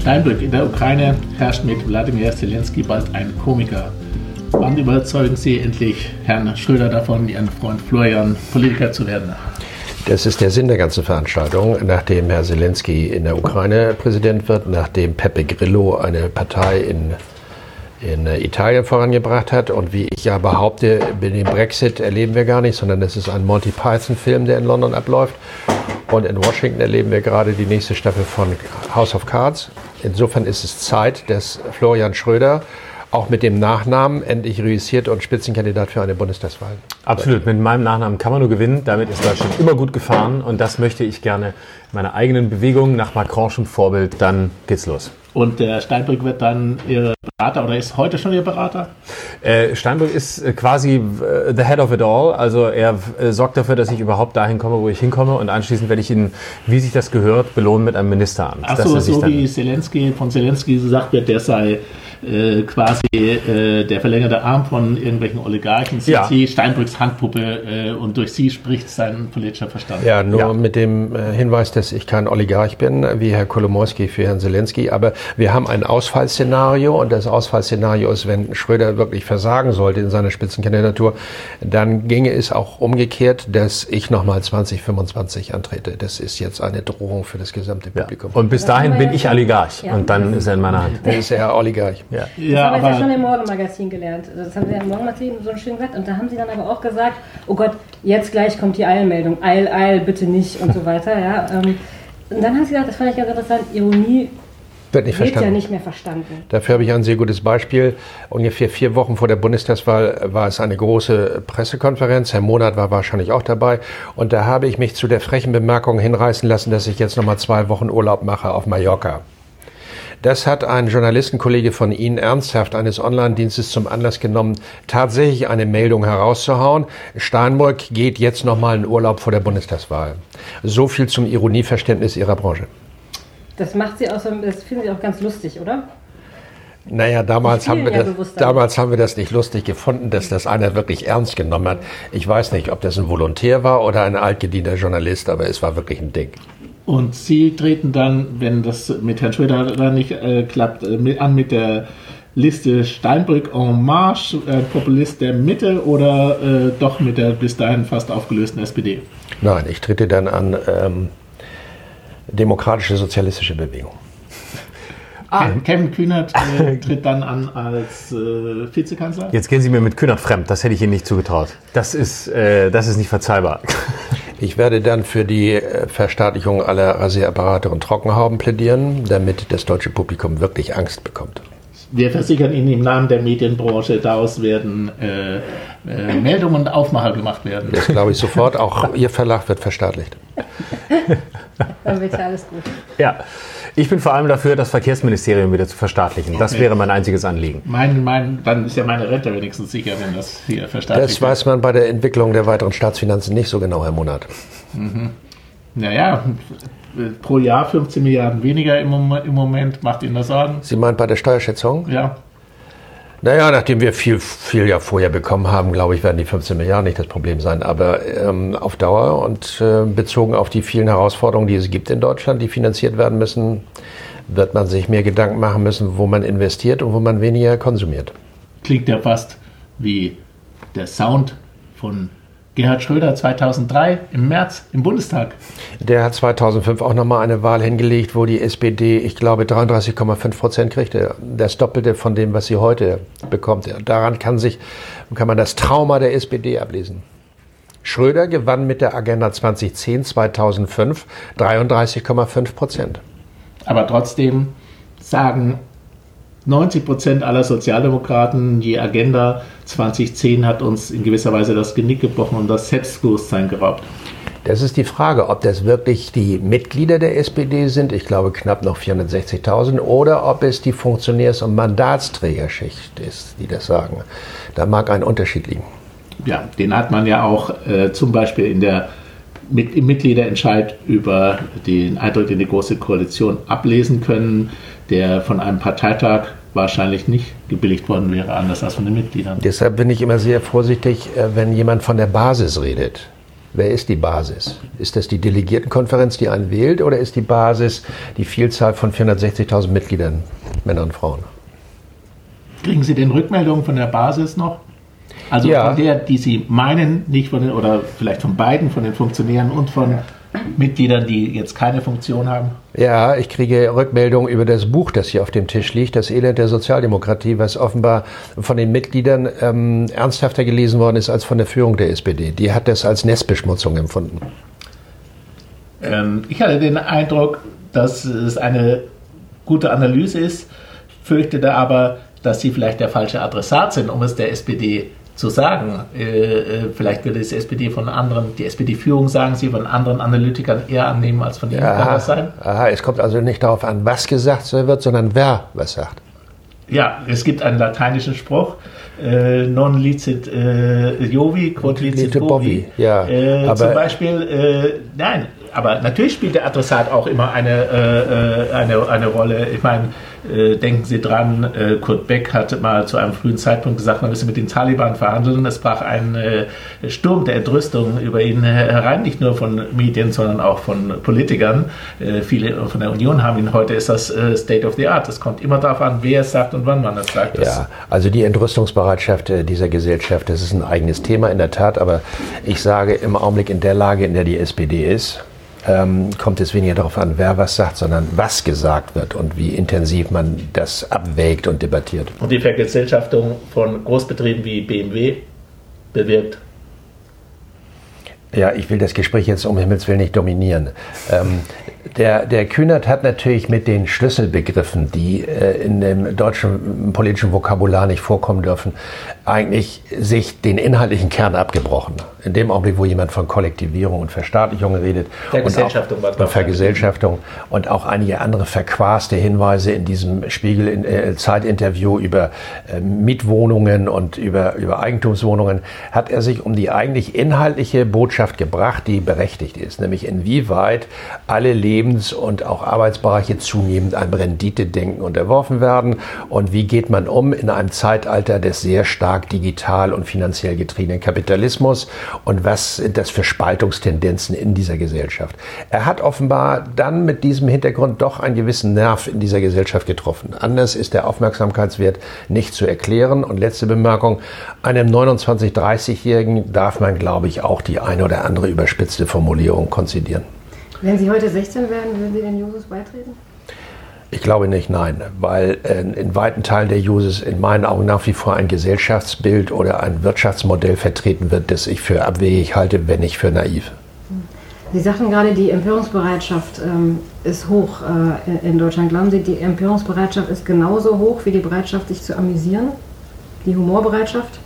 Steinbrück, in der Ukraine herrscht mit Wladimir Zelensky bald ein Komiker. Wann überzeugen Sie endlich Herrn Schröder davon, Ihren Freund Florian Politiker zu werden? Das ist der Sinn der ganzen Veranstaltung. Nachdem Herr Zelensky in der Ukraine Präsident wird, nachdem Pepe Grillo eine Partei in Italien vorangebracht hat und wie ich ja behaupte, den Brexit erleben wir gar nicht, sondern das ist ein Monty Python-Film, der in London abläuft. Und in Washington erleben wir gerade die nächste Staffel von House of Cards. Insofern ist es Zeit, dass Florian Schröder auch mit dem Nachnamen endlich reüssiert und Spitzenkandidat für eine Bundestagswahl. Absolut, mit meinem Nachnamen kann man nur gewinnen. Damit ist Deutschland immer gut gefahren und das möchte ich gerne meiner eigenen Bewegung nach Macronschem Vorbild. Dann geht's los. Und der Steinbrück wird dann Ihr Berater oder ist heute schon Ihr Berater? Steinbrück ist quasi the head of it all. Also er sorgt dafür, dass ich überhaupt dahin komme, wo ich hinkomme. Und anschließend werde ich ihn, wie sich das gehört, belohnen mit einem Ministeramt. Ach so, so wie Zelensky, von Zelensky gesagt wird, der sei quasi der verlängerte Arm von irgendwelchen Oligarchen. Sind Sie Steinbrücks Handpuppe und durch Sie spricht sein politischer Verstand? Ja, nur mit dem Hinweis, dass ich kein Oligarch bin, wie Herr Kolomoisky für Herrn Zelensky. Aber wir haben ein Ausfallszenario und das Ausfallszenario ist, wenn Schröder wirklich versagen sollte in seiner Spitzenkandidatur, dann ginge es auch umgekehrt, dass ich nochmal 2025 antrete. Das ist jetzt eine Drohung für das gesamte Publikum. Und bis dahin bin ich Oligarch und dann ist er in meiner Hand. Dann ist er Oligarch. Ja. Das haben wir ja schon im Morgenmagazin gelernt. Das haben wir im Morgenmagazin so schön gesagt. Und da haben sie dann aber auch gesagt, oh Gott, jetzt gleich kommt die Eilmeldung. Eil, bitte nicht und so weiter. Ja. Und dann haben sie gesagt, das fand ich ganz interessant, Ironie wird ja nicht mehr verstanden. Dafür habe ich ein sehr gutes Beispiel. Ungefähr 4 Wochen vor der Bundestagswahl war es eine große Pressekonferenz. Herr Monat war wahrscheinlich auch dabei. Und da habe ich mich zu der frechen Bemerkung hinreißen lassen, dass ich jetzt nochmal 2 Wochen Urlaub mache auf Mallorca. Das hat ein Journalistenkollege von Ihnen ernsthaft eines Online-Dienstes zum Anlass genommen, tatsächlich eine Meldung herauszuhauen. Steinbrück geht jetzt nochmal in Urlaub vor der Bundestagswahl. So viel zum Ironieverständnis Ihrer Branche. Das macht Sie auch so, das finden Sie auch ganz lustig, oder? Naja, damals haben wir das nicht lustig gefunden, dass das einer wirklich ernst genommen hat. Ich weiß nicht, ob das ein Volontär war oder ein altgedienter Journalist, aber es war wirklich ein Ding. Und Sie treten dann, wenn das mit Herrn Schröder dann nicht klappt, mit der Liste Steinbrück en marche, Populist der Mitte oder doch mit der bis dahin fast aufgelösten SPD? Nein, ich trete dann an Demokratische Sozialistische Bewegung. Kevin Kühnert tritt dann an als Vizekanzler? Jetzt gehen Sie mir mit Kühnert fremd, das hätte ich Ihnen nicht zugetraut. Das ist nicht verzeihbar. Ich werde dann für die Verstaatlichung aller Rasierapparate und Trockenhauben plädieren, damit das deutsche Publikum wirklich Angst bekommt. Wir versichern Ihnen im Namen der Medienbranche, daraus werden Meldungen und Aufmacher gemacht werden. Das glaube ich sofort, auch Ihr Verlag wird verstaatlicht. Dann wird ja alles gut. Ja, ich bin vor allem dafür, das Verkehrsministerium wieder zu verstaatlichen. Das wäre mein einziges Anliegen. Dann ist ja meine Rente wenigstens sicher, wenn das hier verstaatlicht wird. Das weiß man bei der Entwicklung der weiteren Staatsfinanzen nicht so genau, Herr Monat. Mhm. Naja, pro Jahr 15 Milliarden weniger im Moment. Macht Ihnen das Sorgen? Sie meint bei der Steuerschätzung? Ja. Naja, nachdem wir viel ja vorher bekommen haben, glaube ich, werden die 15 Milliarden nicht das Problem sein. Aber auf Dauer und bezogen auf die vielen Herausforderungen, die es gibt in Deutschland, die finanziert werden müssen, wird man sich mehr Gedanken machen müssen, wo man investiert und wo man weniger konsumiert. Klingt ja fast wie der Sound von Gerhard Schröder 2003 im März im Bundestag. Der hat 2005 auch nochmal eine Wahl hingelegt, wo die SPD, ich glaube, 33,5% kriegte. Das Doppelte von dem, was sie heute bekommt. Daran kann man das Trauma der SPD ablesen. Schröder gewann mit der Agenda 2010 2005 33,5%. Aber trotzdem sagen 90% aller Sozialdemokraten, die Agenda 2010 hat uns in gewisser Weise das Genick gebrochen und das Selbstbewusstsein geraubt. Das ist die Frage, ob das wirklich die Mitglieder der SPD sind, ich glaube knapp noch 460.000, oder ob es die Funktionärs- und Mandatsträgerschicht ist, die das sagen. Da mag ein Unterschied liegen. Ja, den hat man ja auch zum Beispiel im Mitgliederentscheid über den Eintritt in die Große Koalition ablesen können, der von einem Parteitag wahrscheinlich nicht gebilligt worden wäre, anders als von den Mitgliedern. Deshalb bin ich immer sehr vorsichtig, wenn jemand von der Basis redet. Wer ist die Basis? Ist das die Delegiertenkonferenz, die einen wählt, oder ist die Basis die Vielzahl von 460.000 Mitgliedern, Männern und Frauen? Kriegen Sie denn Rückmeldungen von der Basis noch? Also ja. Von der, die Sie meinen, nicht von den, oder vielleicht von beiden, von den Funktionären und von Mitgliedern, die jetzt keine Funktion haben? Ja, ich kriege Rückmeldungen über das Buch, das hier auf dem Tisch liegt, Das Elend der Sozialdemokratie, was offenbar von den Mitgliedern ernsthafter gelesen worden ist als von der Führung der SPD. Die hat das als Nestbeschmutzung empfunden. Ich hatte den Eindruck, dass es eine gute Analyse ist, fürchtete aber, dass Sie vielleicht der falsche Adressat sind, um es der SPD zu sagen. Vielleicht würde es die SPD-Führung, sagen Sie, von anderen Analytikern eher annehmen als von Ihnen. Kann das sein? Aha, es kommt also nicht darauf an, was gesagt wird, sondern wer was sagt. Ja, es gibt einen lateinischen Spruch, non licet Jovi, quod licet bovi. Ja, aber zum Beispiel, nein, aber natürlich spielt der Adressat auch immer eine Rolle. Ich meine, denken Sie dran, Kurt Beck hatte mal zu einem frühen Zeitpunkt gesagt, man müsse mit den Taliban verhandeln. Es brach ein Sturm der Entrüstung über ihn herein, nicht nur von Medien, sondern auch von Politikern. Viele von der Union haben ihn, heute ist das State of the Art. Es kommt immer darauf an, wer es sagt und wann man es sagt. Ja, also die Entrüstungsbereitschaft dieser Gesellschaft, das ist ein eigenes Thema in der Tat, aber ich sage im Augenblick in der Lage, in der die SPD ist, kommt es weniger darauf an, wer was sagt, sondern was gesagt wird und wie intensiv man das abwägt und debattiert. Und die Vergesellschaftung von Großbetrieben wie BMW bewirkt? Ja, ich will das Gespräch jetzt um Himmels Willen nicht dominieren. Der Kühnert hat natürlich mit den Schlüsselbegriffen, die in dem deutschen politischen Vokabular nicht vorkommen dürfen, eigentlich sich den inhaltlichen Kern abgebrochen. In dem Augenblick, wo jemand von Kollektivierung und Verstaatlichung redet und Vergesellschaftung und auch einige andere verquaste Hinweise in diesem Spiegel-Zeit-Interview über Mietwohnungen und über Eigentumswohnungen, hat er sich um die eigentlich inhaltliche Botschaft gebracht, die berechtigt ist, nämlich inwieweit alle Lebens- und auch Arbeitsbereiche zunehmend einem Renditedenken unterworfen werden und wie geht man um in einem Zeitalter des sehr stark digital und finanziell getriebenen Kapitalismus und was sind das für Spaltungstendenzen in dieser Gesellschaft. Er hat offenbar dann mit diesem Hintergrund doch einen gewissen Nerv in dieser Gesellschaft getroffen. Anders ist der Aufmerksamkeitswert nicht zu erklären. Und letzte Bemerkung, einem 29-, 30-Jährigen darf man, glaube ich, auch die eine oder andere überspitzte Formulierung konzidieren. Wenn Sie heute 16 werden, würden Sie den Jusos beitreten? Ich glaube nicht, nein, weil in weiten Teilen der Jusos in meinen Augen nach wie vor ein Gesellschaftsbild oder ein Wirtschaftsmodell vertreten wird, das ich für abwegig halte, wenn nicht für naiv. Sie sagten gerade, die Empörungsbereitschaft ist hoch in Deutschland. Glauben Sie, die Empörungsbereitschaft ist genauso hoch wie die Bereitschaft, sich zu amüsieren? Die Humorbereitschaft?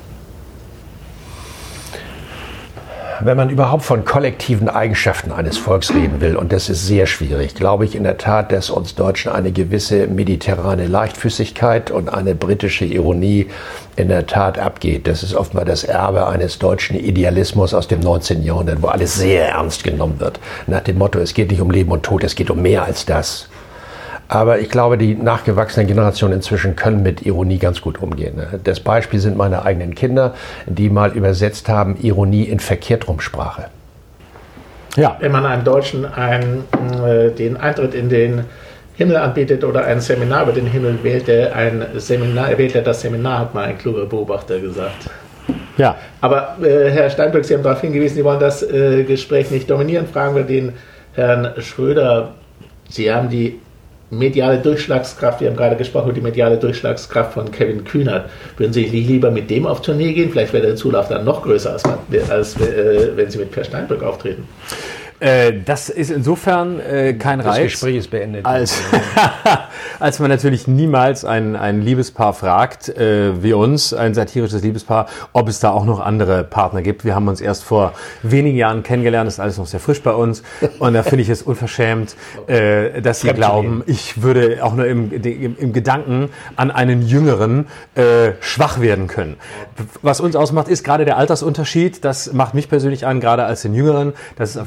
Wenn man überhaupt von kollektiven Eigenschaften eines Volks reden will, und das ist sehr schwierig, glaube ich in der Tat, dass uns Deutschen eine gewisse mediterrane Leichtfüßigkeit und eine britische Ironie in der Tat abgeht. Das ist offenbar das Erbe eines deutschen Idealismus aus dem 19. Jahrhundert, wo alles sehr ernst genommen wird. Nach dem Motto, es geht nicht um Leben und Tod, es geht um mehr als das. Aber ich glaube, die nachgewachsenen Generationen inzwischen können mit Ironie ganz gut umgehen. Das Beispiel sind meine eigenen Kinder, die mal übersetzt haben, Ironie in Verkehrtrumsprache. Ja. Wenn man einem Deutschen den Eintritt in den Himmel anbietet oder ein Seminar über den Himmel, wählt er das Seminar, hat mal ein kluger Beobachter gesagt. Ja. Aber Herr Steinbrück, Sie haben darauf hingewiesen, Sie wollen das Gespräch nicht dominieren. Fragen wir den Herrn Schröder. Sie haben die mediale Durchschlagskraft, wir haben gerade gesprochen über die mediale Durchschlagskraft von Kevin Kühnert. Würden Sie lieber mit dem auf Tournee gehen? Vielleicht wäre der Zulauf dann noch größer, als wenn Sie mit Per Steinbrück auftreten. Das ist insofern kein Reiz. Das Gespräch ist beendet. Als man natürlich niemals ein Liebespaar fragt, wie uns, ein satirisches Liebespaar, ob es da auch noch andere Partner gibt. Wir haben uns erst vor wenigen Jahren kennengelernt, das ist alles noch sehr frisch bei uns. Und da finde ich es unverschämt, dass Sie glauben, ich würde auch nur im Gedanken an einen Jüngeren schwach werden können. Was uns ausmacht, ist gerade der Altersunterschied. Das macht mich persönlich an, gerade als den Jüngeren. Das ist einfach schön.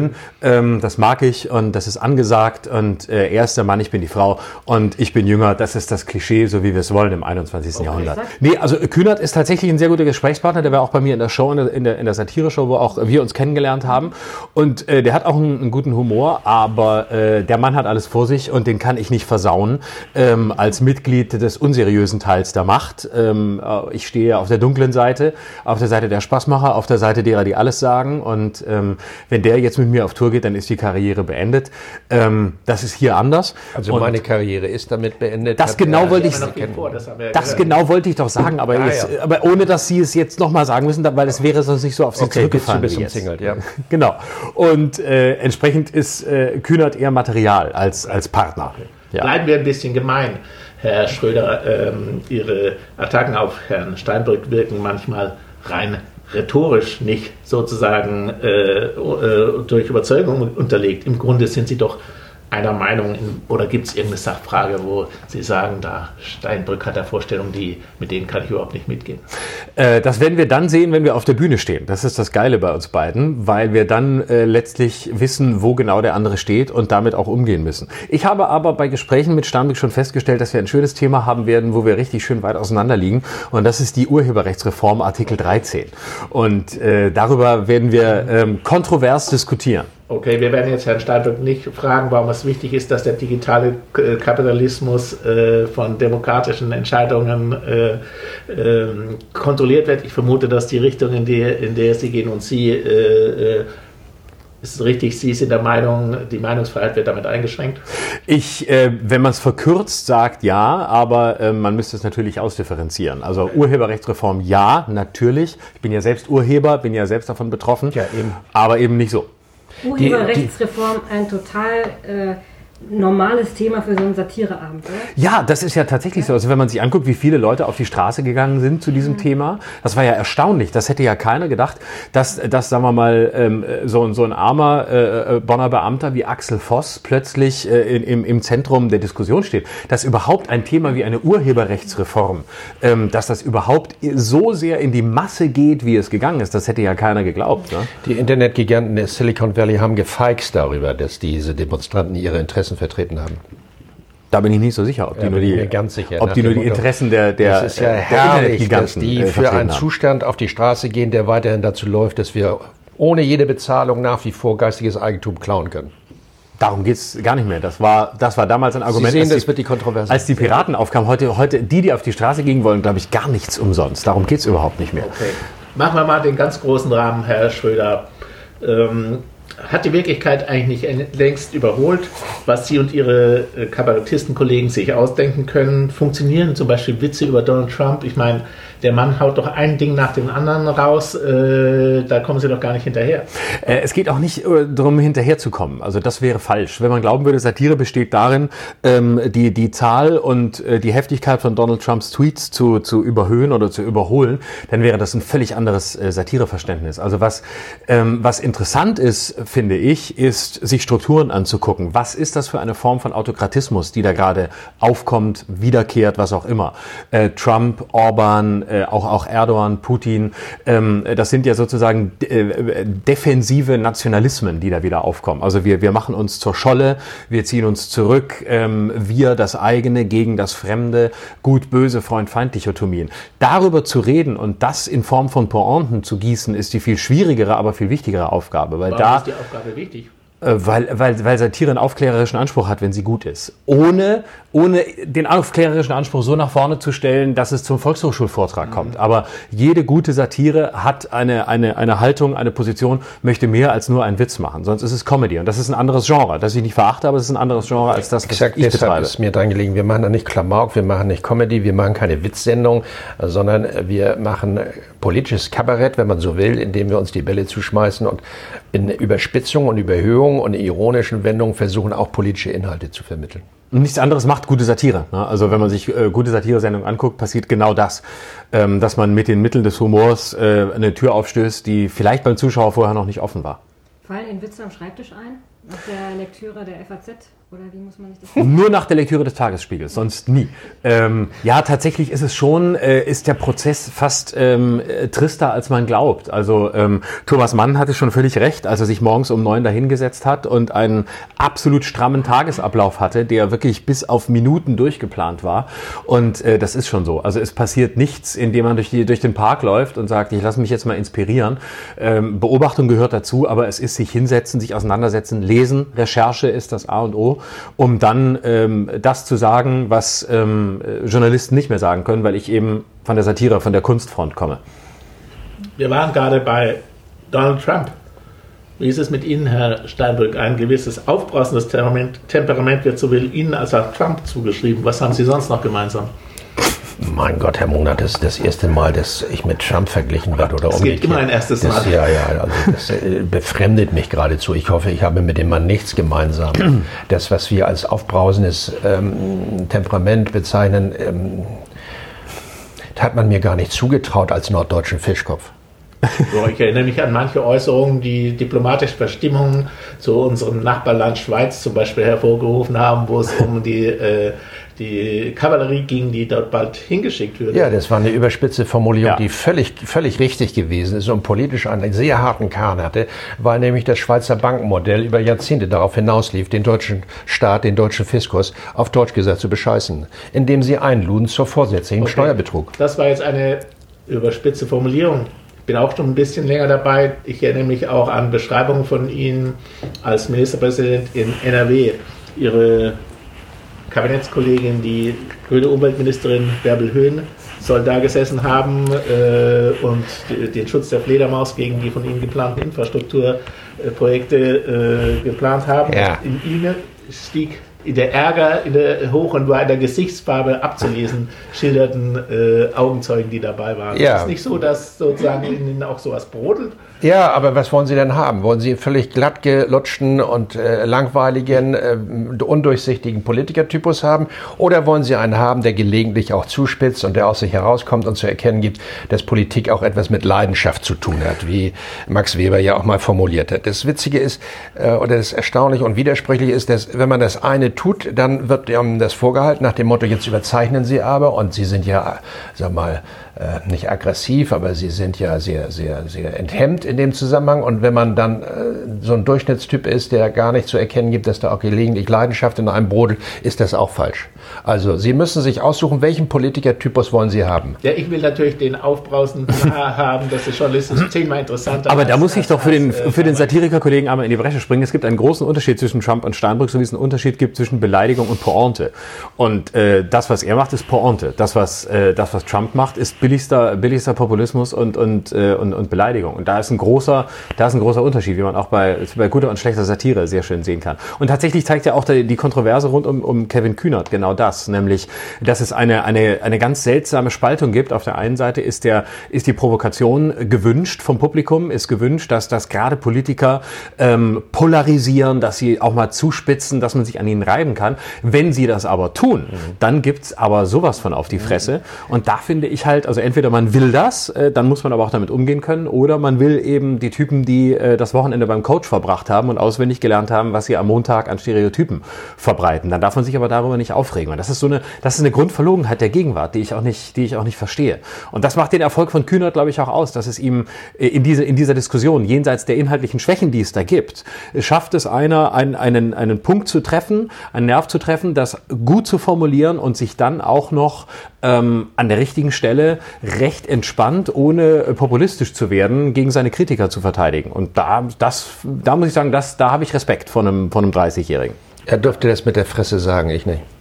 schön, das mag ich und das ist angesagt und er ist der Mann, ich bin die Frau und ich bin jünger. Das ist das Klischee, so wie wir es wollen im 21. Jahrhundert. Nee, also Kühnert ist tatsächlich ein sehr guter Gesprächspartner. Der war auch bei mir in der Show, in der Satire-Show, wo auch wir uns kennengelernt haben. Und der hat auch einen guten Humor, aber der Mann hat alles vor sich und den kann ich nicht versauen als Mitglied des unseriösen Teils der Macht. Ich stehe auf der dunklen Seite, auf der Seite der Spaßmacher, auf der Seite derer, die alles sagen. Und wenn der jetzt mit mir auf Tour geht, dann ist die Karriere beendet. Das ist hier anders. Also meine Karriere ist damit beendet. Das genau wollte ich doch sagen, aber, aber ohne, dass Sie es jetzt nochmal sagen müssen, weil es wäre sonst nicht so auf Sie zurückgefallen. Bis zum Single, ja. Genau. Und entsprechend ist Kühnert eher Material als Partner. Ja. Bleiben wir ein bisschen gemein, Herr Schröder. Ihre Attacken auf Herrn Steinbrück wirken manchmal rein rhetorisch, nicht sozusagen durch Überzeugung unterlegt. Im Grunde sind Sie doch einer Meinung, oder gibt es irgendeine Sachfrage, wo Sie sagen, da Steinbrück hat da Vorstellungen, mit denen kann ich überhaupt nicht mitgehen? Das werden wir dann sehen, wenn wir auf der Bühne stehen. Das ist das Geile bei uns beiden, weil wir dann letztlich wissen, wo genau der andere steht und damit auch umgehen müssen. Ich habe aber bei Gesprächen mit Steinbrück schon festgestellt, dass wir ein schönes Thema haben werden, wo wir richtig schön weit auseinander liegen, und das ist die Urheberrechtsreform Artikel 13. Und darüber werden wir kontrovers diskutieren. Okay, wir werden jetzt Herrn Steinbrück nicht fragen, warum es wichtig ist, dass der digitale Kapitalismus von demokratischen Entscheidungen kontrolliert wird. Ich vermute, dass die Richtung, in der Sie gehen, und Sie, ist richtig, Sie sind der Meinung, die Meinungsfreiheit wird damit eingeschränkt? Wenn man es verkürzt sagt, ja, aber man müsste es natürlich ausdifferenzieren. Also Urheberrechtsreform, ja, natürlich. Ich bin ja selbst Urheber, bin ja selbst davon betroffen, ja, eben. Aber eben nicht so. Urheberrechtsreform ein total normales Thema für so einen Satireabend, oder? Ja, das ist ja tatsächlich so. Also wenn man sich anguckt, wie viele Leute auf die Straße gegangen sind zu diesem Thema, das war ja erstaunlich. Das hätte ja keiner gedacht, dass sagen wir mal, so ein armer Bonner Beamter wie Axel Voss plötzlich im Zentrum der Diskussion steht. Dass überhaupt ein Thema wie eine Urheberrechtsreform, dass das überhaupt so sehr in die Masse geht, wie es gegangen ist, das hätte ja keiner geglaubt. Ne? Die Internetgiganten des Silicon Valley haben gefeixt darüber, dass diese Demonstranten ihre Interessen vertreten haben. Da bin ich nicht so sicher, ob die nur die Interessen der Das ist ja herrlich, dass die für einen Zustand auf die Straße gehen, der weiterhin dazu läuft, dass wir ohne jede Bezahlung nach wie vor geistiges Eigentum klauen können. Darum geht's gar nicht mehr. Das war damals ein Argument, Sie sehen, das wird die Kontroverse. Als die Piraten aufkamen. Heute die auf die Straße gehen wollen, glaube ich, gar nichts umsonst. Darum geht's überhaupt nicht mehr. Okay. Machen wir mal den ganz großen Rahmen, Herr Schröder. Hat die Wirklichkeit eigentlich nicht längst überholt, was Sie und Ihre Kabarettistenkollegen sich ausdenken können? Funktionieren zum Beispiel Witze über Donald Trump? Ich meine, der Mann haut doch ein Ding nach dem anderen raus, da kommen Sie doch gar nicht hinterher. Es geht auch nicht darum, hinterherzukommen. Also das wäre falsch. Wenn man glauben würde, Satire besteht darin, die Zahl und die Heftigkeit von Donald Trumps Tweets zu überhöhen oder zu überholen, dann wäre das ein völlig anderes Satireverständnis. Also was interessant ist, finde ich, ist, sich Strukturen anzugucken. Was ist das für eine Form von Autokratismus, die da gerade aufkommt, wiederkehrt, was auch immer. Trump, Orban, auch Erdogan, Putin, das sind ja sozusagen defensive Nationalismen, die da wieder aufkommen. Also wir machen uns zur Scholle, wir ziehen uns zurück, wir das eigene gegen das Fremde, gut, böse, Freund, Feind Dichotomien. Darüber zu reden und das in Form von Pointen zu gießen, ist die viel schwierigere, aber viel wichtigere Aufgabe. Weil Warum ist die Aufgabe wichtig? Weil Satire einen aufklärerischen Anspruch hat, wenn sie gut ist. Ohne den aufklärerischen Anspruch so nach vorne zu stellen, dass es zum Volkshochschulvortrag kommt. Aber jede gute Satire hat eine Haltung, eine Position, möchte mehr als nur einen Witz machen. Sonst ist es Comedy. Und das ist ein anderes Genre. Das ich nicht verachte, aber es ist ein anderes Genre als das, was ich betreibe. Deshalb ist mir dran gelegen, wir machen da nicht Klamauk, wir machen nicht Comedy, wir machen keine Witzsendung, sondern wir machen politisches Kabarett, wenn man so will, indem wir uns die Bälle zuschmeißen und in Überspitzung und Überhöhung und ironischen Wendungen versuchen, auch politische Inhalte zu vermitteln. Und nichts anderes macht gute Satire. Also wenn man sich gute Satiresendungen anguckt, passiert genau das. Dass man mit den Mitteln des Humors eine Tür aufstößt, die vielleicht beim Zuschauer vorher noch nicht offen war. Fallen Ihnen Witze am Schreibtisch ein? Nach der Lektüre der FAZ? Oder wie muss man sich das Nur nach der Lektüre des Tagesspiegels, sonst nie. Ja, tatsächlich ist es schon, ist der Prozess fast trister, als man glaubt. Also Thomas Mann hatte schon völlig recht, als er sich morgens um 9 dahingesetzt hat und einen absolut strammen Tagesablauf hatte, der wirklich bis auf Minuten durchgeplant war. Und das ist schon so. Also es passiert nichts, indem man durch den Park läuft und sagt, ich lasse mich jetzt mal inspirieren. Beobachtung gehört dazu, aber es ist sich hinsetzen, sich auseinandersetzen, lesen. Recherche ist das A und O, um dann das zu sagen, was Journalisten nicht mehr sagen können, weil ich eben von der Satire, von der Kunstfront komme. Wir waren gerade bei Donald Trump. Wie ist es mit Ihnen, Herr Steinbrück? Ein gewisses aufbrausendes Temperament wird sowohl Ihnen als auch Trump zugeschrieben. Was haben Sie sonst noch gemeinsam? Mein Gott, Herr Mona, das ist das erste Mal, dass ich mit Trump verglichen werde. Oder es gibt immer ein erstes Mal. Ja, also das befremdet mich geradezu. Ich hoffe, ich habe mit dem Mann nichts gemeinsam. Das, was wir als aufbrausendes Temperament bezeichnen, hat man mir gar nicht zugetraut als norddeutschen Fischkopf. So, ich erinnere mich an manche Äußerungen, die diplomatische Verstimmungen zu unserem Nachbarland Schweiz zum Beispiel hervorgerufen haben, wo es um die Kavallerie ging, die dort bald hingeschickt würde. Ja, das war eine überspitzte Formulierung, die völlig richtig gewesen ist und politisch einen sehr harten Kern hatte, weil nämlich das Schweizer Bankenmodell über Jahrzehnte darauf hinauslief, den deutschen Staat, den deutschen Fiskus, auf Deutsch gesagt, zu bescheißen, indem sie einluden zur vorsätzlichen Steuerbetrug. Das war jetzt eine überspitzte Formulierung. Ich bin auch schon ein bisschen länger dabei. Ich erinnere mich auch an Beschreibungen von Ihnen als Ministerpräsident in NRW. Ihre Kabinettskollegin, die grüne Umweltministerin Bärbel Höhn, soll da gesessen haben und den Schutz der Fledermaus gegen die von Ihnen geplanten Infrastrukturprojekte geplant haben. Ja. In Ihnen stieg der Ärger hoch und war in der Gesichtsfarbe abzulesen, schilderten Augenzeugen, die dabei waren. Ja. Ist es nicht so, dass sozusagen in Ihnen auch sowas brodelt? Ja, aber was wollen Sie denn haben? Wollen Sie völlig glatt gelutschten und langweiligen, undurchsichtigen Politikertypus haben? Oder wollen Sie einen haben, der gelegentlich auch zuspitzt und der aus sich herauskommt und zu erkennen gibt, dass Politik auch etwas mit Leidenschaft zu tun hat, wie Max Weber ja auch mal formuliert hat. Das Witzige ist, oder das Erstaunliche und Widersprüchliche ist, dass wenn man das eine tut, dann wird einem das vorgehalten nach dem Motto, jetzt überzeichnen Sie aber und Sie sind ja, sag mal, nicht aggressiv, aber Sie sind ja sehr, sehr, sehr enthemmt in dem Zusammenhang. Und wenn man dann so ein Durchschnittstyp ist, der gar nicht zu erkennen gibt, dass da auch gelegentlich Leidenschaft in einem brodelt, ist das auch falsch. Also Sie müssen sich aussuchen, welchen Politikertypus wollen Sie haben. Ja, ich will natürlich den aufbrausenden haben, das ist schon 10-mal interessanter. Aber da muss ich doch für den Satirikerkollegen einmal in die Bresche springen. Es gibt einen großen Unterschied zwischen Trump und Steinbrück, so wie es einen Unterschied gibt zwischen Beleidigung und Pointe. Und das, was er macht, ist Pointe. Das, was Trump macht, ist billigster Populismus und Beleidigung. Und da ist ein großer Unterschied, wie man auch bei guter und schlechter Satire sehr schön sehen kann. Und tatsächlich zeigt ja auch die Kontroverse rund um Kevin Kühnert genau das, nämlich, dass es eine ganz seltsame Spaltung gibt. Auf der einen Seite ist die Provokation gewünscht vom Publikum, ist gewünscht, dass gerade Politiker polarisieren, dass sie auch mal zuspitzen, dass man sich an ihnen reiben kann. Wenn sie das aber tun, dann gibt's aber sowas von auf die Fresse. Und da finde ich halt, also entweder man will das, dann muss man aber auch damit umgehen können, oder man will eben die Typen, die das Wochenende beim Coach verbracht haben und auswendig gelernt haben, was sie am Montag an Stereotypen verbreiten. Dann darf man sich aber darüber nicht aufregen. Und das ist eine Grundverlogenheit der Gegenwart, die ich auch nicht verstehe. Und das macht den Erfolg von Kühnert, glaube ich, auch aus, dass es ihm in dieser Diskussion, jenseits der inhaltlichen Schwächen, die es da gibt, schafft es einen Punkt zu treffen, einen Nerv zu treffen, das gut zu formulieren und sich dann auch noch an der richtigen Stelle recht entspannt, ohne populistisch zu werden, gegen seine Kritiker zu verteidigen. Und da muss ich sagen, da habe ich Respekt vor einem 30-Jährigen. Er dürfte das mit der Fresse sagen, ich nicht.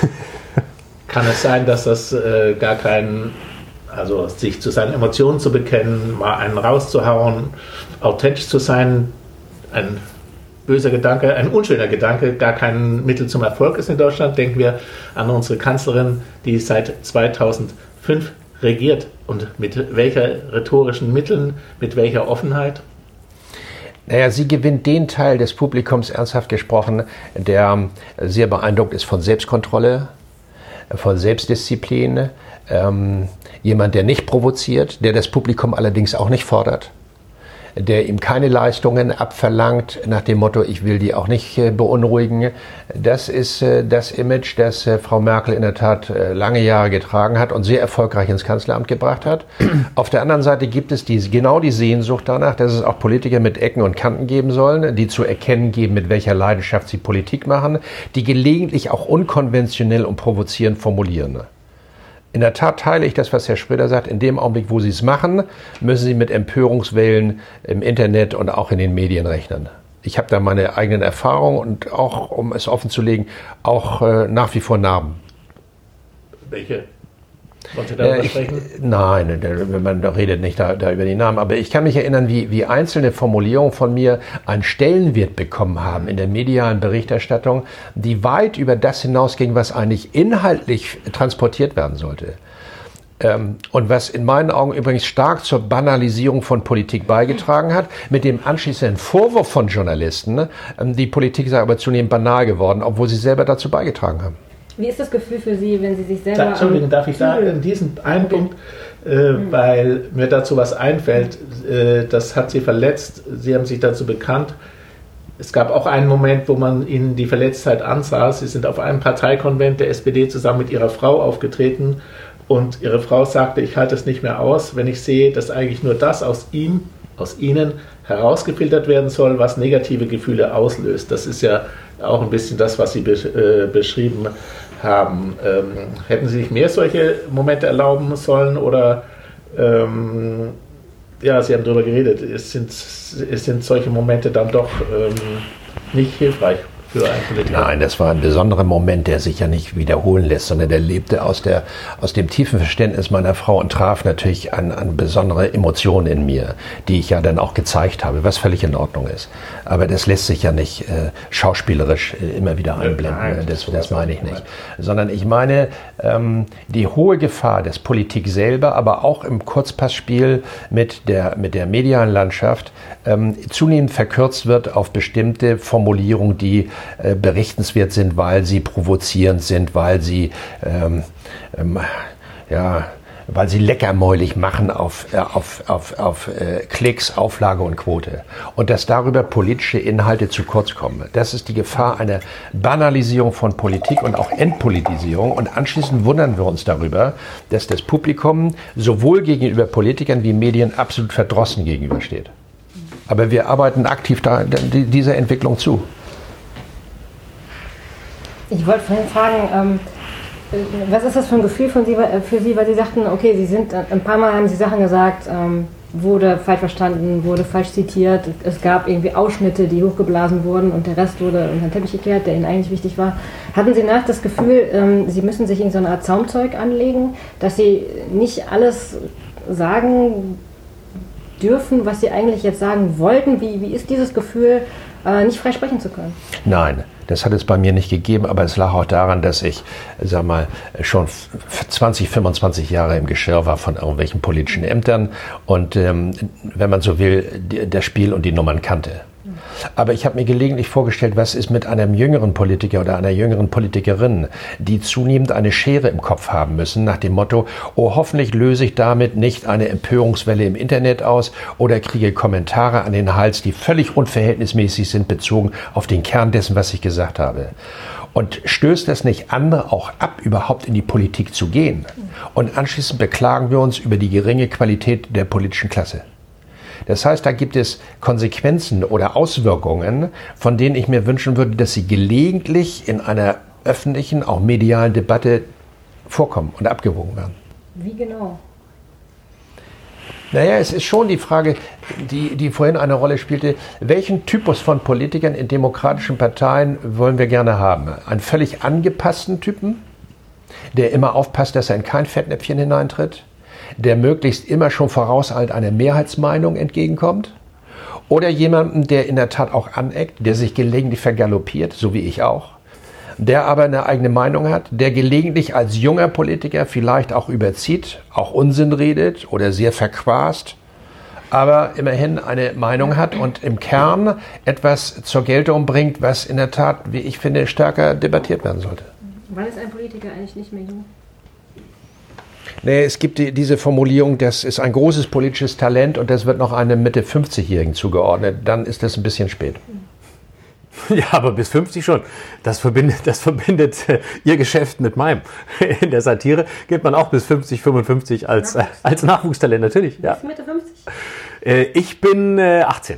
Kann es sein, dass das gar kein, also sich zu seinen Emotionen zu bekennen, mal einen rauszuhauen, authentisch zu sein, ein böser Gedanke, ein unschöner Gedanke, gar kein Mittel zum Erfolg ist in Deutschland? Denken wir an unsere Kanzlerin, die seit 2005 regiert. Und mit welcher rhetorischen Mitteln, mit welcher Offenheit? Naja, sie gewinnt den Teil des Publikums, ernsthaft gesprochen, der sehr beeindruckt ist von Selbstkontrolle, von Selbstdisziplin. Jemand, der nicht provoziert, der das Publikum allerdings auch nicht fordert. der ihm keine Leistungen abverlangt, nach dem Motto, ich will die auch nicht beunruhigen. Das ist das Image, das Frau Merkel in der Tat lange Jahre getragen hat und sehr erfolgreich ins Kanzleramt gebracht hat. Auf der anderen Seite gibt es genau die Sehnsucht danach, dass es auch Politiker mit Ecken und Kanten geben sollen, die zu erkennen geben, mit welcher Leidenschaft sie Politik machen, die gelegentlich auch unkonventionell und provozierend formulieren. In der Tat teile ich das, was Herr Schröder sagt. In dem Augenblick, wo Sie es machen, müssen Sie mit Empörungswellen im Internet und auch in den Medien rechnen. Ich habe da meine eigenen Erfahrungen und auch, um es offen zu legen, auch nach wie vor Narben. Welche? Wollen Sie darüber sprechen? Nein, man redet nicht da über die Namen. Aber ich kann mich erinnern, wie einzelne Formulierungen von mir einen Stellenwert bekommen haben in der medialen Berichterstattung, die weit über das hinausging, was eigentlich inhaltlich transportiert werden sollte. Und was in meinen Augen übrigens stark zur Banalisierung von Politik beigetragen hat, mit dem anschließenden Vorwurf von Journalisten, die Politik sei aber zunehmend banal geworden, obwohl sie selber dazu beigetragen haben. Wie ist das Gefühl für Sie, wenn Sie sich selber... Entschuldigung, darf ich sagen, in diesem einen Punkt, weil mir dazu was einfällt, das hat Sie verletzt, Sie haben sich dazu bekannt. Es gab auch einen Moment, wo man Ihnen die Verletztheit ansah. Sie sind auf einem Parteikonvent der SPD zusammen mit Ihrer Frau aufgetreten und Ihre Frau sagte, ich halte es nicht mehr aus, wenn ich sehe, dass eigentlich nur das aus Ihnen herausgefiltert werden soll, was negative Gefühle auslöst. Das ist ja auch ein bisschen das, was Sie beschrieben haben. Hätten Sie sich mehr solche Momente erlauben sollen oder ja, Sie haben darüber geredet, es sind solche Momente dann doch nicht hilfreich für einen Politiker? Nein, das war ein besonderer Moment, der sich ja nicht wiederholen lässt, sondern der lebte aus dem tiefen Verständnis meiner Frau und traf natürlich an besondere Emotionen in mir, die ich ja dann auch gezeigt habe, was völlig in Ordnung ist. Aber das lässt sich ja nicht schauspielerisch immer wieder einblenden. Nein, das meine ich nicht. Sondern ich meine die hohe Gefahr, dass Politik selber, aber auch im Kurzpassspiel mit der medialen Landschaft zunehmend verkürzt wird auf bestimmte Formulierungen, die berichtenswert sind, weil sie provozierend sind, weil sie weil sie leckermäulig machen auf Klicks, Auflage und Quote. Und dass darüber politische Inhalte zu kurz kommen. Das ist die Gefahr einer Banalisierung von Politik und auch Entpolitisierung. Und anschließend wundern wir uns darüber, dass das Publikum sowohl gegenüber Politikern wie Medien absolut verdrossen gegenübersteht. Aber wir arbeiten aktiv dieser Entwicklung zu. Ich wollte vorhin fragen, was ist das für ein Gefühl für Sie, weil Sie sagten, okay, Sie sind ein paar Mal haben Sie Sachen gesagt, wurde falsch verstanden, wurde falsch zitiert, es gab irgendwie Ausschnitte, die hochgeblasen wurden und der Rest wurde unter den Teppich gekehrt, der Ihnen eigentlich wichtig war. Hatten Sie nach das Gefühl, Sie müssen sich in so eine Art Zaumzeug anlegen, dass Sie nicht alles sagen dürfen, was Sie eigentlich jetzt sagen wollten? Wie ist dieses Gefühl, nicht frei sprechen zu können? Nein. Das hat es bei mir nicht gegeben, aber es lag auch daran, dass ich, schon 20, 25 Jahre im Geschirr war von irgendwelchen politischen Ämtern und, wenn man so will, das Spiel und die Nummern kannte. Aber ich habe mir gelegentlich vorgestellt, was ist mit einem jüngeren Politiker oder einer jüngeren Politikerin, die zunehmend eine Schere im Kopf haben müssen, nach dem Motto, oh, hoffentlich löse ich damit nicht eine Empörungswelle im Internet aus oder kriege Kommentare an den Hals, die völlig unverhältnismäßig sind, bezogen auf den Kern dessen, was ich gesagt habe. Und stößt das nicht andere auch ab, überhaupt in die Politik zu gehen? Und anschließend beklagen wir uns über die geringe Qualität der politischen Klasse. Das heißt, da gibt es Konsequenzen oder Auswirkungen, von denen ich mir wünschen würde, dass sie gelegentlich in einer öffentlichen, auch medialen Debatte vorkommen und abgewogen werden. Wie genau? Naja, es ist schon die Frage, die vorhin eine Rolle spielte, welchen Typus von Politikern in demokratischen Parteien wollen wir gerne haben? Einen völlig angepassten Typen, der immer aufpasst, dass er in kein Fettnäpfchen hineintritt? Der möglichst immer schon vorauseilt einer Mehrheitsmeinung entgegenkommt? Oder jemanden, der in der Tat auch aneckt, der sich gelegentlich vergaloppiert, so wie ich auch, der aber eine eigene Meinung hat, der gelegentlich als junger Politiker vielleicht auch überzieht, auch Unsinn redet oder sehr verquast, aber immerhin eine Meinung hat und im Kern etwas zur Geltung bringt, was in der Tat, wie ich finde, stärker debattiert werden sollte. Wann ist ein Politiker eigentlich nicht mehr jung? Nee, es gibt diese Formulierung, das ist ein großes politisches Talent und das wird noch einem Mitte-50-Jährigen zugeordnet. Dann ist das ein bisschen spät. Ja, aber bis 50 schon. Das verbindet Ihr Geschäft mit meinem. In der Satire gilt man auch bis 50, 55 als Nachwuchstalent, natürlich. Ja. Bis Mitte 50? Ich bin 18.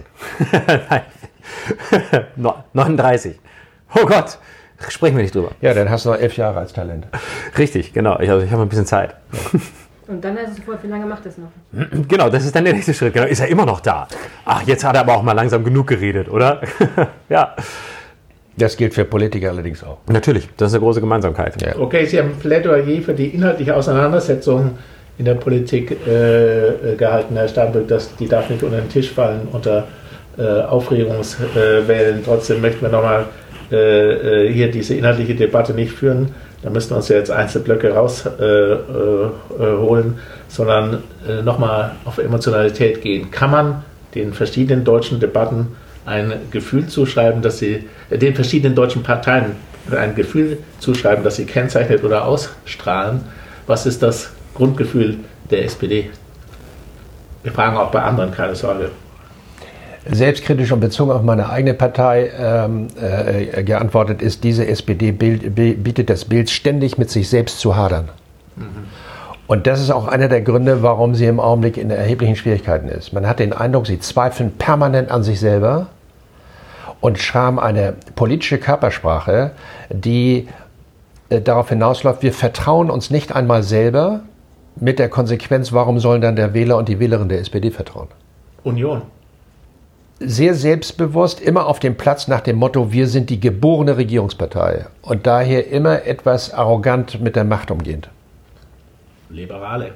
39. Oh Gott, sprechen wir nicht drüber. Ja, dann hast du noch 11 Jahre als Talent. Richtig, genau. Ich habe ein bisschen Zeit. Und dann heißt es sofort, wie lange macht es noch? Genau, das ist dann der nächste Schritt. Genau, ist er immer noch da? Ach, jetzt hat er aber auch mal langsam genug geredet, oder? Ja. Das gilt für Politiker allerdings auch. Natürlich, das ist eine große Gemeinsamkeit. Ja. Okay, Sie haben ein Plädoyer für die inhaltliche Auseinandersetzung in der Politik gehalten, Herr Steinbrück. Die darf nicht unter den Tisch fallen unter Aufregungswellen. Trotzdem möchten wir nochmal hier diese inhaltliche Debatte nicht führen. Da müssen wir uns ja jetzt Einzelblöcke rausholen, sondern nochmal auf Emotionalität gehen. Kann man den verschiedenen deutschen Debatten ein Gefühl zuschreiben, dass sie den verschiedenen deutschen Parteien ein Gefühl zuschreiben, das sie kennzeichnet oder ausstrahlen? Was ist das Grundgefühl der SPD? Wir fragen auch bei anderen, keine Sorge. Selbstkritisch und bezogen auf meine eigene Partei geantwortet ist, diese SPD bietet das Bild, ständig mit sich selbst zu hadern. Und das ist auch einer der Gründe, warum sie im Augenblick in erheblichen Schwierigkeiten ist. Man hat den Eindruck, sie zweifeln permanent an sich selber und schreiben eine politische Körpersprache, die darauf hinausläuft, wir vertrauen uns nicht einmal selber, mit der Konsequenz, warum sollen dann der Wähler und die Wählerin der SPD vertrauen? Union. Sehr selbstbewusst, immer auf dem Platz nach dem Motto, wir sind die geborene Regierungspartei und daher immer etwas arrogant mit der Macht umgehend. Liberale.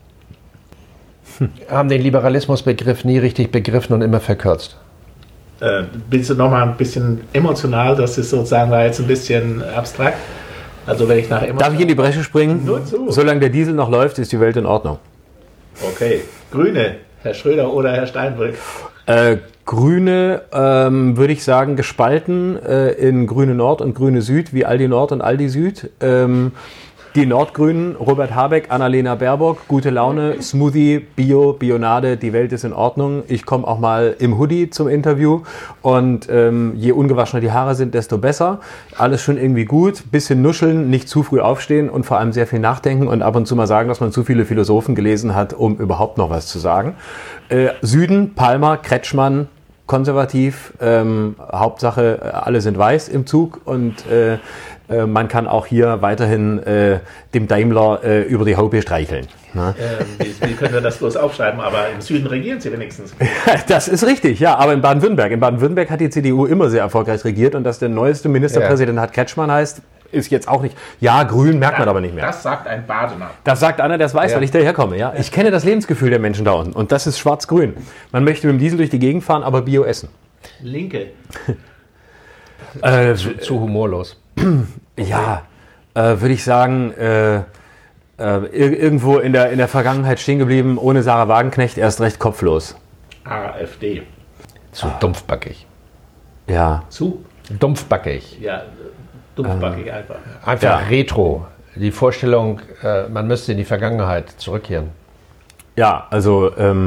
Haben den Liberalismusbegriff nie richtig begriffen und immer verkürzt. Bist du nochmal ein bisschen emotional, das ist sozusagen war jetzt ein bisschen abstrakt. Also wenn ich nach Darf ich in die Bresche springen? Nur zu. Solange der Diesel noch läuft, ist die Welt in Ordnung. Okay. Grüne, Herr Schröder oder Herr Steinbrück? Grüne, würde ich sagen, gespalten in Grüne Nord und Grüne Süd, wie Aldi Nord und Aldi Süd. Die Nordgrünen, Robert Habeck, Annalena Baerbock, gute Laune, Smoothie, Bio, Bionade, die Welt ist in Ordnung. Ich komme auch mal im Hoodie zum Interview und je ungewaschener die Haare sind, desto besser. Alles schon irgendwie gut, bisschen nuscheln, nicht zu früh aufstehen und vor allem sehr viel nachdenken und ab und zu mal sagen, dass man zu viele Philosophen gelesen hat, um überhaupt noch was zu sagen. Süden, Palmer, Kretschmann, konservativ, Hauptsache alle sind weiß im Zug und man kann auch hier weiterhin dem Daimler über die Haube streicheln. Ne? Wie können wir das bloß aufschreiben? Aber im Süden regieren sie wenigstens. Das ist richtig, ja, aber in Baden-Württemberg. In Baden-Württemberg hat die CDU immer sehr erfolgreich regiert und dass der neueste Ministerpräsident Hart Kretschmann heißt, ist jetzt auch nicht. Ja, grün merkt man aber nicht mehr. Das sagt ein Badener. Das sagt einer, der es weiß, weil ich daherkomme. Ja? Ich kenne das Lebensgefühl der Menschen da unten und das ist schwarz-grün. Man möchte mit dem Diesel durch die Gegend fahren, aber Bio essen. Linke. Zu humorlos. Ja, würde ich sagen, irgendwo in der Vergangenheit stehen geblieben, ohne Sarah Wagenknecht, erst recht kopflos. AfD. Zu dumpfbackig. Ja. Zu? Dumpfbackig. Ja, dumpfbackig einfach. Einfach retro. Die Vorstellung, man müsste in die Vergangenheit zurückkehren. Ja, also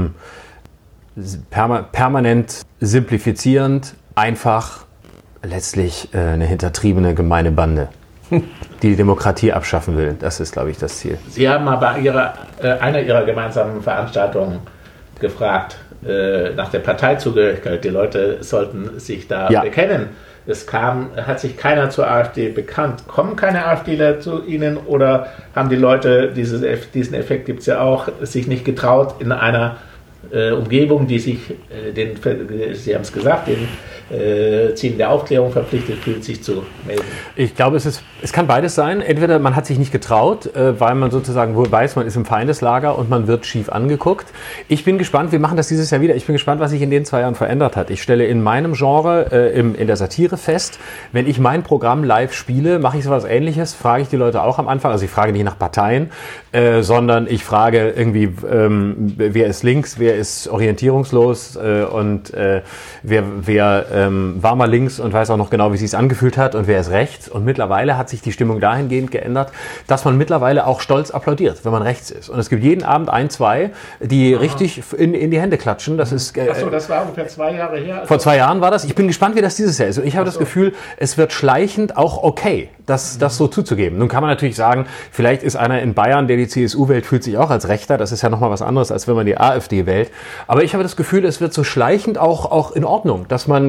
permanent simplifizierend, einfach, letztlich eine hintertriebene, gemeine Bande, die Demokratie abschaffen will. Das ist, glaube ich, das Ziel. Sie haben mal bei einer Ihrer gemeinsamen Veranstaltungen gefragt nach der Parteizugehörigkeit. Die Leute sollten sich da bekennen. Hat sich keiner zur AfD bekannt. Kommen keine AfDler zu Ihnen oder haben die Leute, diesen Effekt gibt es ja auch, sich nicht getraut, in einer Umgebung, die sich, Sie haben es gesagt, den Zielen der Aufklärung verpflichtet fühlt, sich zu melden? Ich glaube, es kann beides sein. Entweder man hat sich nicht getraut, weil man sozusagen wohl weiß, man ist im Feindeslager und man wird schief angeguckt. Ich bin gespannt, wir machen das dieses Jahr wieder. Ich bin gespannt, was sich in den 2 Jahren verändert hat. Ich stelle in meinem Genre, in der Satire fest, wenn ich mein Programm live spiele, mache ich sowas Ähnliches, frage ich die Leute auch am Anfang. Also ich frage nicht nach Parteien, sondern ich frage irgendwie, wer ist links, wer ist orientierungslos und wer war mal links und weiß auch noch genau, wie es sich angefühlt hat und wer ist rechts. Und mittlerweile hat sich die Stimmung dahingehend geändert, dass man mittlerweile auch stolz applaudiert, wenn man rechts ist. Und es gibt jeden Abend 1, 2, die richtig in die Hände klatschen. Das ist, Achso, das war ungefähr 2 Jahre her. Vor 2 Jahren war das. Ich bin gespannt, wie das dieses Jahr ist. Und ich habe das Gefühl, es wird schleichend auch okay, das so zuzugeben. Nun kann man natürlich sagen, vielleicht ist einer in Bayern, der die CSU wählt, fühlt sich auch als Rechter. Das ist ja nochmal was anderes, als wenn man die AfD wählt. Aber ich habe das Gefühl, es wird so schleichend auch in Ordnung, dass man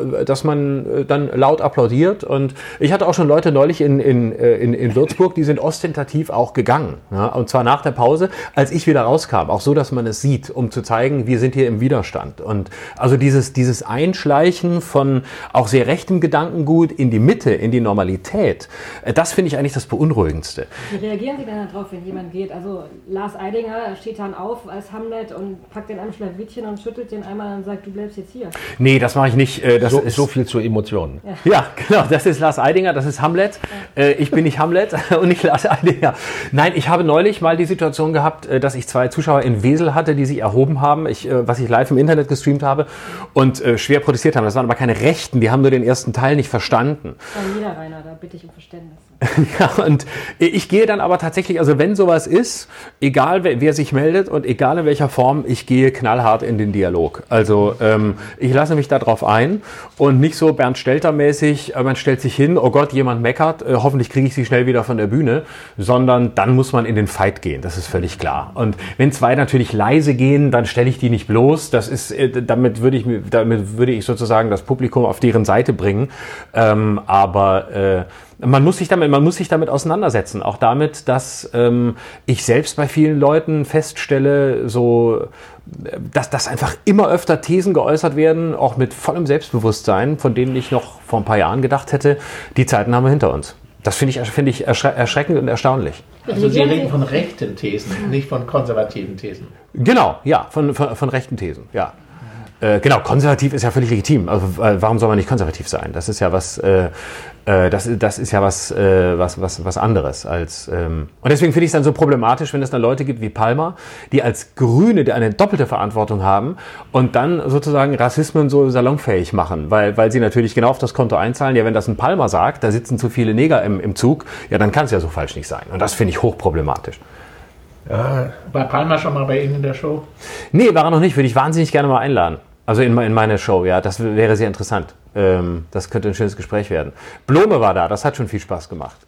dann laut applaudiert. Und ich hatte auch schon Leute neulich in Würzburg, die sind ostentativ auch gegangen. Ja? Und zwar nach der Pause, als ich wieder rauskam. Auch so, dass man es sieht, um zu zeigen, wir sind hier im Widerstand. Und also dieses Einschleichen von auch sehr rechtem Gedankengut in die Mitte, in die Normalität, das finde ich eigentlich das Beunruhigendste. Wie reagieren Sie denn darauf, wenn jemand geht? Also Lars Eidinger steht dann auf als Hamlet und packt den einem Schlawittchen und schüttelt den einmal und sagt, du bleibst jetzt hier. Nee, das mache ich nicht. So viel zu Emotionen. Ja, genau, das ist Lars Eidinger, das ist Hamlet. Ja. Ich bin nicht Hamlet und nicht Lars Eidinger. Nein, ich habe neulich mal die Situation gehabt, dass ich 2 Zuschauer in Wesel hatte, die sich erhoben haben, was ich live im Internet gestreamt habe und schwer protestiert haben. Das waren aber keine Rechten, die haben nur den ersten Teil nicht verstanden. Niederrheiner, da bitte ich um Verständnis. Ja, und ich gehe dann aber tatsächlich, also wenn sowas ist, egal wer sich meldet und egal in welcher Form, ich gehe knallhart in den Dialog. Also ich lasse mich da drauf ein und nicht so Bernd Stelter-mäßig, man stellt sich hin, oh Gott, jemand meckert, hoffentlich kriege ich sie schnell wieder von der Bühne, sondern dann muss man in den Fight gehen, das ist völlig klar. Und wenn 2 natürlich leise gehen, dann stelle ich die nicht bloß, das ist, damit würde ich sozusagen das Publikum auf deren Seite bringen, aber man muss sich damit auseinandersetzen. Auch damit, dass ich selbst bei vielen Leuten feststelle, dass einfach immer öfter Thesen geäußert werden, auch mit vollem Selbstbewusstsein, von denen ich noch vor ein paar Jahren gedacht hätte, die Zeiten haben wir hinter uns. Das finde ich erschreckend und erstaunlich. Also Sie reden von rechten Thesen, nicht von konservativen Thesen. Genau, ja, von rechten Thesen, ja. Genau, konservativ ist ja völlig legitim. Also, warum soll man nicht konservativ sein? Das ist ja was was anderes als und deswegen finde ich es dann so problematisch, wenn es dann Leute gibt wie Palmer, die als Grüne die eine doppelte Verantwortung haben und dann sozusagen Rassismen so salonfähig machen, weil sie natürlich genau auf das Konto einzahlen. Ja, wenn das ein Palmer sagt, da sitzen zu viele Neger im Zug, ja, dann kann es ja so falsch nicht sein. Und das finde ich hochproblematisch. Ja. War Palmer schon mal bei Ihnen in der Show? Nee, war er noch nicht. Würde ich wahnsinnig gerne mal einladen. Also in meine Show, ja, das wäre sehr interessant. Das könnte ein schönes Gespräch werden. Blome war da, das hat schon viel Spaß gemacht.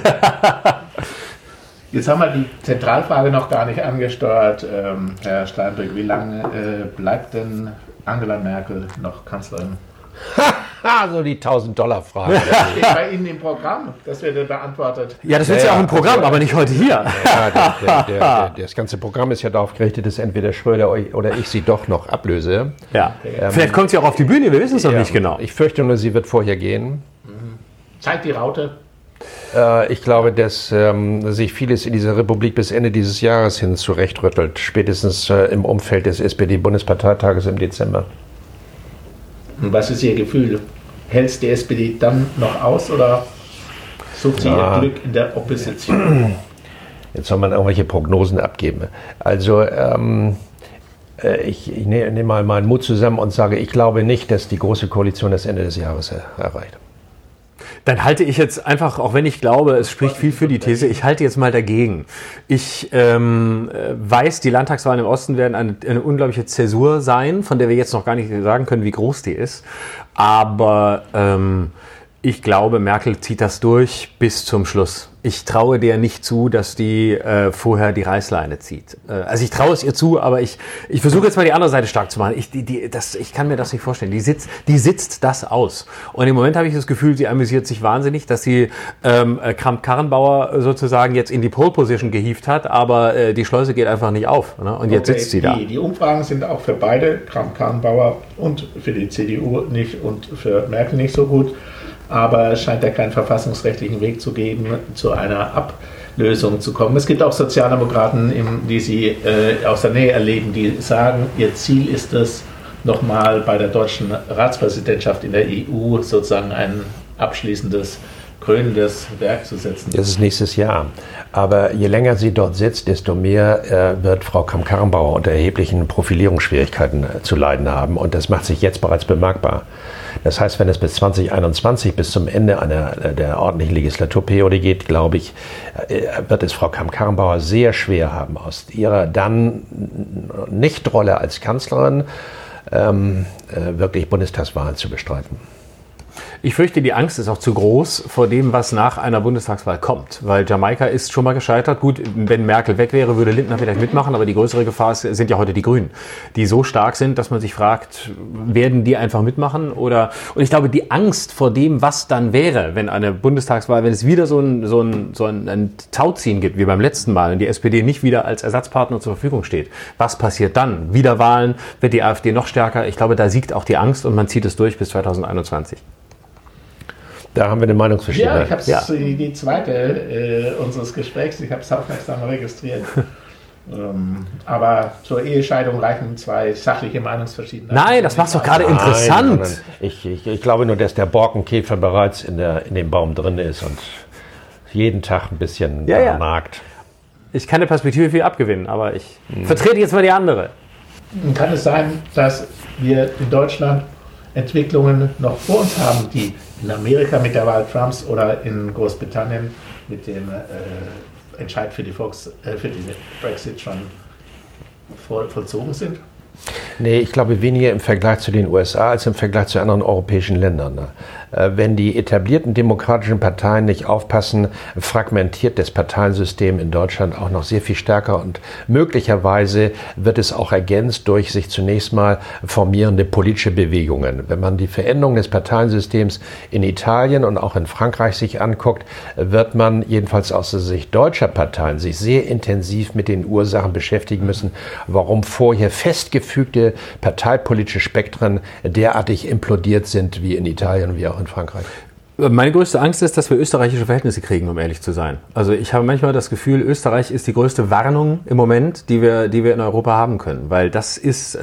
Jetzt haben wir die Zentralfrage noch gar nicht angesteuert, Herr Steinbrück. Wie lange bleibt denn Angela Merkel noch Kanzlerin? So die $1000-Frage. Das steht bei Ihnen im Programm, das wird beantwortet. Ja, das wird ja auch im Programm, aber nicht heute hier. Ja, das ganze Programm ist ja darauf gerichtet, dass entweder Schröder oder ich sie doch noch ablöse. Ja. Vielleicht kommt sie auch auf die Bühne, wir wissen es noch nicht genau. Ich fürchte nur, sie wird vorher gehen. Zeigt die Raute. Ich glaube, dass sich vieles in dieser Republik bis Ende dieses Jahres hin zurechtrüttelt, spätestens im Umfeld des SPD-Bundesparteitages im Dezember. Und was ist Ihr Gefühl? Hält es die SPD dann noch aus oder sucht sie ihr Glück in der Opposition? Jetzt soll man irgendwelche Prognosen abgeben. Also ich nehme mal meinen Mut zusammen und sage, ich glaube nicht, dass die Große Koalition das Ende des Jahres erreicht. Dann halte ich jetzt einfach, auch wenn ich glaube, es spricht viel für die These, ich halte jetzt mal dagegen. Ich weiß, die Landtagswahlen im Osten werden eine unglaubliche Zäsur sein, von der wir jetzt noch gar nicht sagen können, wie groß die ist. Aber ich glaube, Merkel zieht das durch bis zum Schluss. Ich traue der nicht zu, dass die vorher die Reißleine zieht. Also ich traue es ihr zu, aber ich versuche jetzt mal die andere Seite stark zu machen. Ich kann mir das nicht vorstellen. Die sitzt das aus. Und im Moment habe ich das Gefühl, sie amüsiert sich wahnsinnig, dass sie Kramp-Karrenbauer sozusagen jetzt in die Pole-Position gehievt hat, aber die Schleuse geht einfach nicht auf. Ne? Und jetzt sitzt sie da. Die Umfragen sind auch für beide, Kramp-Karrenbauer und für die CDU nicht und für Merkel nicht so gut. Aber es scheint ja keinen verfassungsrechtlichen Weg zu geben, zu einer Ablösung zu kommen. Es gibt auch Sozialdemokraten, die Sie aus der Nähe erleben, die sagen, ihr Ziel ist es, nochmal bei der deutschen Ratspräsidentschaft in der EU sozusagen ein abschließendes krönendes Werk zu setzen. Das ist nächstes Jahr. Aber je länger sie dort sitzt, desto mehr wird Frau Kramp-Karrenbauer unter erheblichen Profilierungsschwierigkeiten zu leiden haben. Und das macht sich jetzt bereits bemerkbar. Das heißt, wenn es bis 2021, bis zum Ende der ordentlichen Legislaturperiode geht, glaube ich, wird es Frau Kramp-Karrenbauer sehr schwer haben, aus ihrer dann Nichtrolle als Kanzlerin wirklich Bundestagswahlen zu bestreiten. Ich fürchte, die Angst ist auch zu groß vor dem, was nach einer Bundestagswahl kommt. Weil Jamaika ist schon mal gescheitert. Gut, wenn Merkel weg wäre, würde Lindner vielleicht mitmachen. Aber die größere Gefahr sind ja heute die Grünen, die so stark sind, dass man sich fragt, werden die einfach mitmachen? Und ich glaube, die Angst vor dem, was dann wäre, wenn eine Bundestagswahl, wenn es wieder so ein Tauziehen gibt, wie beim letzten Mal, und die SPD nicht wieder als Ersatzpartner zur Verfügung steht. Was passiert dann? Wiederwahlen? Wird die AfD noch stärker? Ich glaube, da siegt auch die Angst und man zieht es durch bis 2021. Da haben wir eine Meinungsverschiedenheit. Ja, ich habe die zweite unseres Gesprächs, ich habe es aufmerksam registriert. Aber zur Ehescheidung reichen zwei sachliche Meinungsverschiedenheiten. Nein, das macht doch gerade interessant. Nein. Ich glaube nur, dass der Borkenkäfer bereits in dem Baum drin ist und jeden Tag ein bisschen nagt. Ich kann eine Perspektive viel abgewinnen, aber ich vertrete jetzt mal die andere. Kann es sein, dass wir in Deutschland Entwicklungen noch vor uns haben, die in Amerika mit der Wahl Trumps oder in Großbritannien mit dem Entscheid für den Brexit schon vollzogen sind? Nee, ich glaube weniger im Vergleich zu den USA als im Vergleich zu anderen europäischen Ländern. Wenn die etablierten demokratischen Parteien nicht aufpassen, fragmentiert das Parteiensystem in Deutschland auch noch sehr viel stärker und möglicherweise wird es auch ergänzt durch sich zunächst mal formierende politische Bewegungen. Wenn man die Veränderung des Parteiensystems in Italien und auch in Frankreich sich anguckt, wird man jedenfalls aus der Sicht deutscher Parteien sich sehr intensiv mit den Ursachen beschäftigen müssen, warum vorher festgefügte parteipolitische Spektren derartig implodiert sind wie in Italien wie auch in Frankreich. Meine größte Angst ist, dass wir österreichische Verhältnisse kriegen, um ehrlich zu sein. Also ich habe manchmal das Gefühl, Österreich ist die größte Warnung im Moment, die wir in Europa haben können. Weil das ist,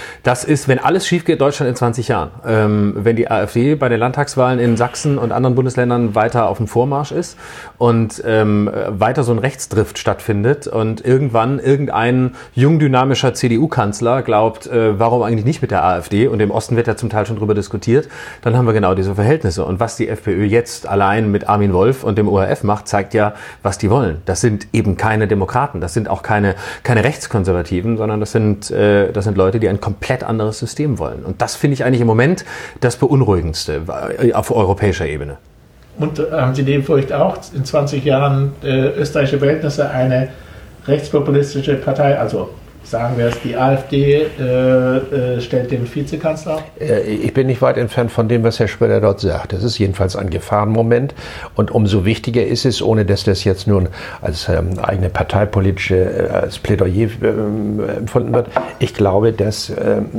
wenn alles schief geht, Deutschland in 20 Jahren. Wenn die AfD bei den Landtagswahlen in Sachsen und anderen Bundesländern weiter auf dem Vormarsch ist und weiter so ein Rechtsdrift stattfindet und irgendwann irgendein jung dynamischer CDU-Kanzler glaubt, warum eigentlich nicht mit der AfD, und im Osten wird ja zum Teil schon drüber diskutiert, dann haben wir genau diese Verhältnisse. Und was die FPÖ jetzt allein mit Armin Wolf und dem ORF macht, zeigt ja, was die wollen. Das sind eben keine Demokraten, das sind auch keine Rechtskonservativen, sondern das sind Leute, die ein komplett anderes System wollen. Und das finde ich eigentlich im Moment das Beunruhigendste auf europäischer Ebene. Und haben Sie die Furcht auch, in 20 Jahren österreichische Verhältnisse eine rechtspopulistische Partei, also sagen wir es, die AfD stellt den Vizekanzler auf? Ich bin nicht weit entfernt von dem, was Herr Schröder dort sagt. Das ist jedenfalls ein Gefahrenmoment. Und umso wichtiger ist es, ohne dass das jetzt nun als eigene parteipolitische als Plädoyer empfunden wird. Ich glaube, dass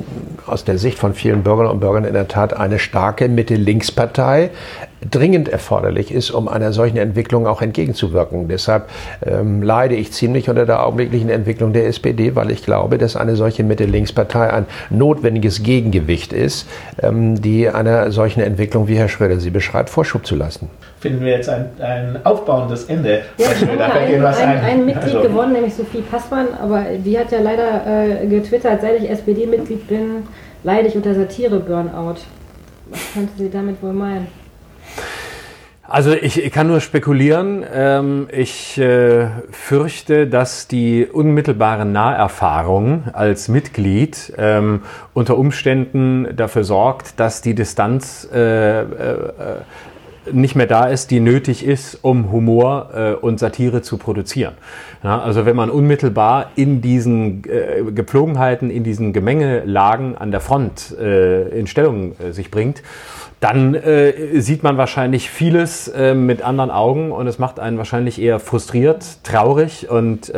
aus der Sicht von vielen Bürgerinnen und Bürgern in der Tat eine starke Mitte-Links-Partei dringend erforderlich ist, um einer solchen Entwicklung auch entgegenzuwirken. Deshalb leide ich ziemlich unter der augenblicklichen Entwicklung der SPD, weil ich glaube, dass eine solche Mitte-Links-Partei ein notwendiges Gegengewicht ist, die einer solchen Entwicklung, wie Herr Schröder sie beschreibt, Vorschub zu leisten. Finden wir jetzt ein aufbauendes Ende. Ja, ein Mitglied gewonnen, nämlich Sophie Passmann, aber die hat ja leider getwittert, seit ich SPD-Mitglied bin, leide ich unter Satire-Burnout. Was könnte sie damit wohl meinen? Also ich kann nur spekulieren. Ich fürchte, dass die unmittelbare Naherfahrung als Mitglied unter Umständen dafür sorgt, dass die Distanz nicht mehr da ist, die nötig ist, um Humor und Satire zu produzieren. Ja, also wenn man unmittelbar in diesen Gepflogenheiten, in diesen Gemengelagen an der Front in Stellung sich bringt, dann sieht man wahrscheinlich vieles mit anderen Augen und es macht einen wahrscheinlich eher frustriert, traurig und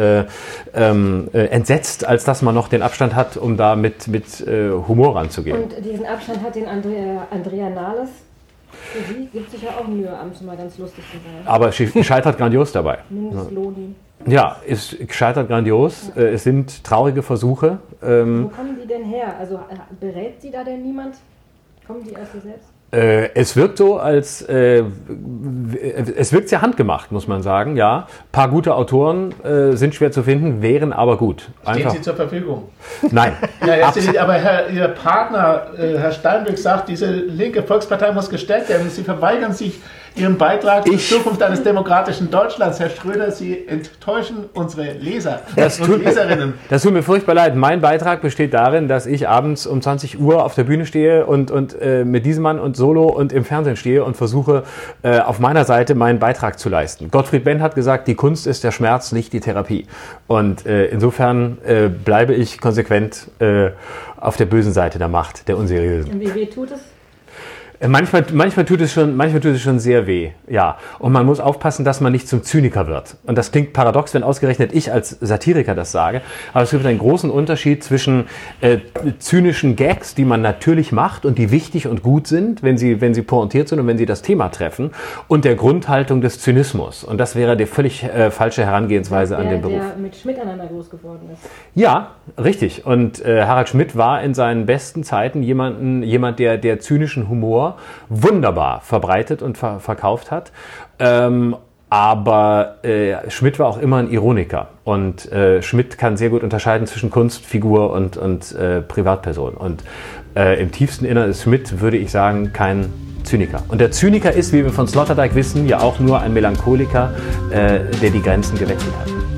entsetzt, als dass man noch den Abstand hat, um da mit Humor ranzugehen. Und diesen Abstand hat den Andrea Nahles. Für sie gibt sich ja auch Mühe, abends mal ganz lustig zu sein. Aber sie scheitert grandios dabei. Mindestlohn. Ja, es scheitert grandios. Ja. Es sind traurige Versuche. Wo kommen die denn her? Also berät sie da denn niemand? Kommen die aus ihr selbst? Es wirkt so, es wirkt sehr handgemacht, muss man sagen, ja. Ein paar gute Autoren sind schwer zu finden, wären aber gut. Stehen Sie zur Verfügung? Nein. Ja, aber Ihr Partner, Herr Steinbrück, sagt, diese linke Volkspartei muss gestärkt werden. Sie verweigern sich Ihren Beitrag zur Zukunft eines demokratischen Deutschlands. Herr Schröder, Sie enttäuschen unsere Leser und Leserinnen. Das tut mir furchtbar leid. Mein Beitrag besteht darin, dass ich abends um 20 Uhr auf der Bühne stehe und mit diesem Mann und Solo und im Fernsehen stehe und versuche, auf meiner Seite meinen Beitrag zu leisten. Gottfried Benn hat gesagt, die Kunst ist der Schmerz, nicht die Therapie. Und insofern bleibe ich konsequent auf der bösen Seite der Macht, der Unseriösen. Und wie weh tut es? Manchmal tut es schon sehr weh, ja. Und man muss aufpassen, dass man nicht zum Zyniker wird. Und das klingt paradox, wenn ausgerechnet ich als Satiriker das sage. Aber es gibt einen großen Unterschied zwischen zynischen Gags, die man natürlich macht und die wichtig und gut sind, wenn sie pointiert sind und wenn sie das Thema treffen, und der Grundhaltung des Zynismus. Und das wäre die völlig falsche Herangehensweise an den Beruf. Der mit Schmidt aneinander groß geworden ist. Ja, richtig. Und Harald Schmidt war in seinen besten Zeiten jemand, der zynischen Humor wunderbar verbreitet und verkauft hat. Aber Schmidt war auch immer ein Ironiker. Und Schmidt kann sehr gut unterscheiden zwischen Kunst, Figur und Privatperson. Und im tiefsten Innern ist Schmidt, würde ich sagen, kein Zyniker. Und der Zyniker ist, wie wir von Sloterdijk wissen, ja auch nur ein Melancholiker, der die Grenzen gewechselt hat.